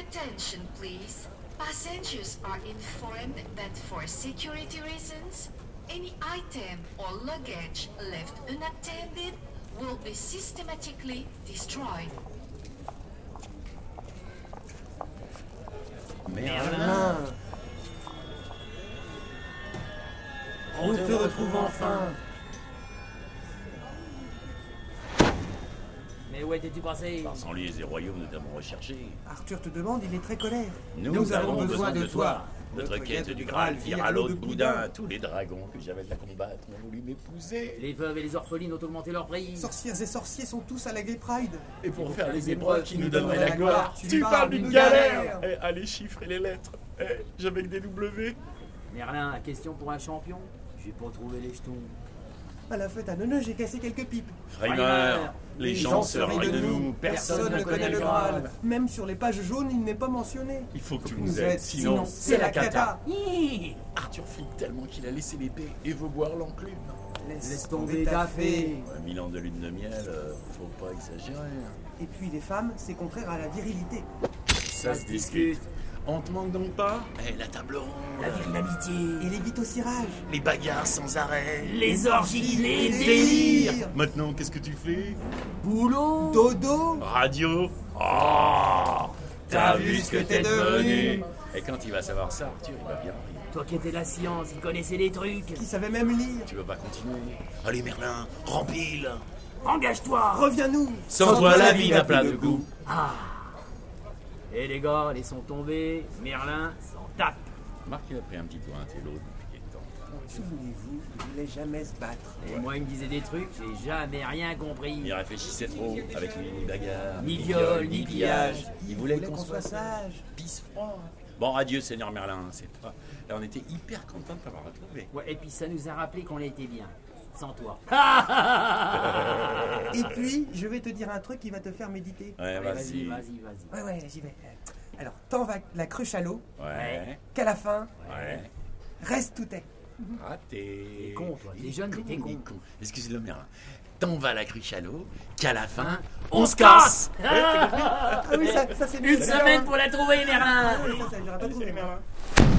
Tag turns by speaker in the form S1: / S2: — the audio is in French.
S1: Attention, please. Passengers are informed that for security reasons, any item or luggage left unattended will be systematically destroyed.
S2: Merlin, on te retrouve enfin.
S3: Mais où étais-tu passé?
S4: Par sans lieux et royaumes, nous t'avons recherché.
S2: Arthur te demande, il est très colère.
S4: Nous avons besoin de toi. Notre quête du Graal vire l'eau de boudin. Tous les dragons que j'avais à combattre ont voulu m'épouser.
S3: Les veuves et les orphelines ont augmenté leur prix.
S2: Sorcières et sorciers sont tous à la Gay Pride.
S4: Et pour faire les épreuves qui nous donneraient la gloire, tu parles d'une galère. Ah, les chiffres et les lettres. J'avais que des W.
S3: Merlin, question pour un champion? J'ai pas trouvé les jetons.
S2: À la fête à Neuneu, j'ai cassé quelques pipes.
S4: Framer, les gens se rient de nous.
S2: Personne ne connaît le Graal. Même sur les pages jaunes, il n'est pas mentionné.
S4: Il faut que tu
S2: Nous
S4: nous aides, sinon
S2: c'est la cata.
S4: Arthur flippe tellement qu'il a laissé l'épée et veut boire l'enclume.
S3: Laisse tomber ta fée.
S4: 1000 ans de lune de miel, faut pas exagérer.
S2: Et puis les femmes, c'est contraire à la virilité.
S4: Ça se discute. On te manque donc pas? La table ronde,
S3: La virile amitié.
S2: Et les bites au cirage.
S4: les bagarres sans arrêt,
S3: Les orgies, les
S2: délires.
S3: délires.
S4: Maintenant, qu'est-ce que tu fais?
S3: Boulot.
S2: Dodo.
S4: Radio. Oh, t'as vu ce que t'es devenu? Et quand il va savoir ça, Arthur, il va bien rire.
S3: Toi qui étais la science, il connaissait les trucs.
S2: Qui savait même lire.
S4: Tu veux pas continuer? Allez Merlin, rempile.
S3: Engage-toi.
S2: Reviens-nous.
S4: Sans toi, la vie n'a pas de goût.
S3: Et les gars, ils sont tombés. Merlin s'en tape.
S4: Marc, il a pris un petit doigt, t'es l'autre depuis quelque temps.
S2: Souvenez-vous, il voulait jamais se battre.
S3: Et moi, il me disait des trucs, j'ai jamais rien compris.
S4: Il réfléchissait trop, avec lui, ni bagarre,
S3: Ni viol, ni pillage.
S4: Il voulait
S2: qu'on soit sage.
S4: pisse froid. Bon, adieu, Seigneur Merlin, c'est pas... Là, on était hyper contents de t'avoir retrouvé.
S3: Ouais, et puis ça nous a rappelé qu'on a été bien. Sans toi.
S2: Et puis, je vais te dire un truc qui va te faire méditer.
S4: Ouais,
S3: Vas-y.
S2: Ouais, j'y vais. Alors, tant va la cruche à l'eau,
S4: Ouais,
S2: qu'à la fin,
S4: ouais.
S2: reste tout est.
S4: Raté.
S3: T'es con, toi. T'es jeune, mais t'es con.
S4: Excusez-le, Merlin. Tant va la cruche à l'eau, qu'à la fin,
S3: On se casse.
S2: Ah oui, ça c'est mieux.
S3: Une semaine pour la trouver, Merlin.
S2: Ça, j'aurais pas trouvé.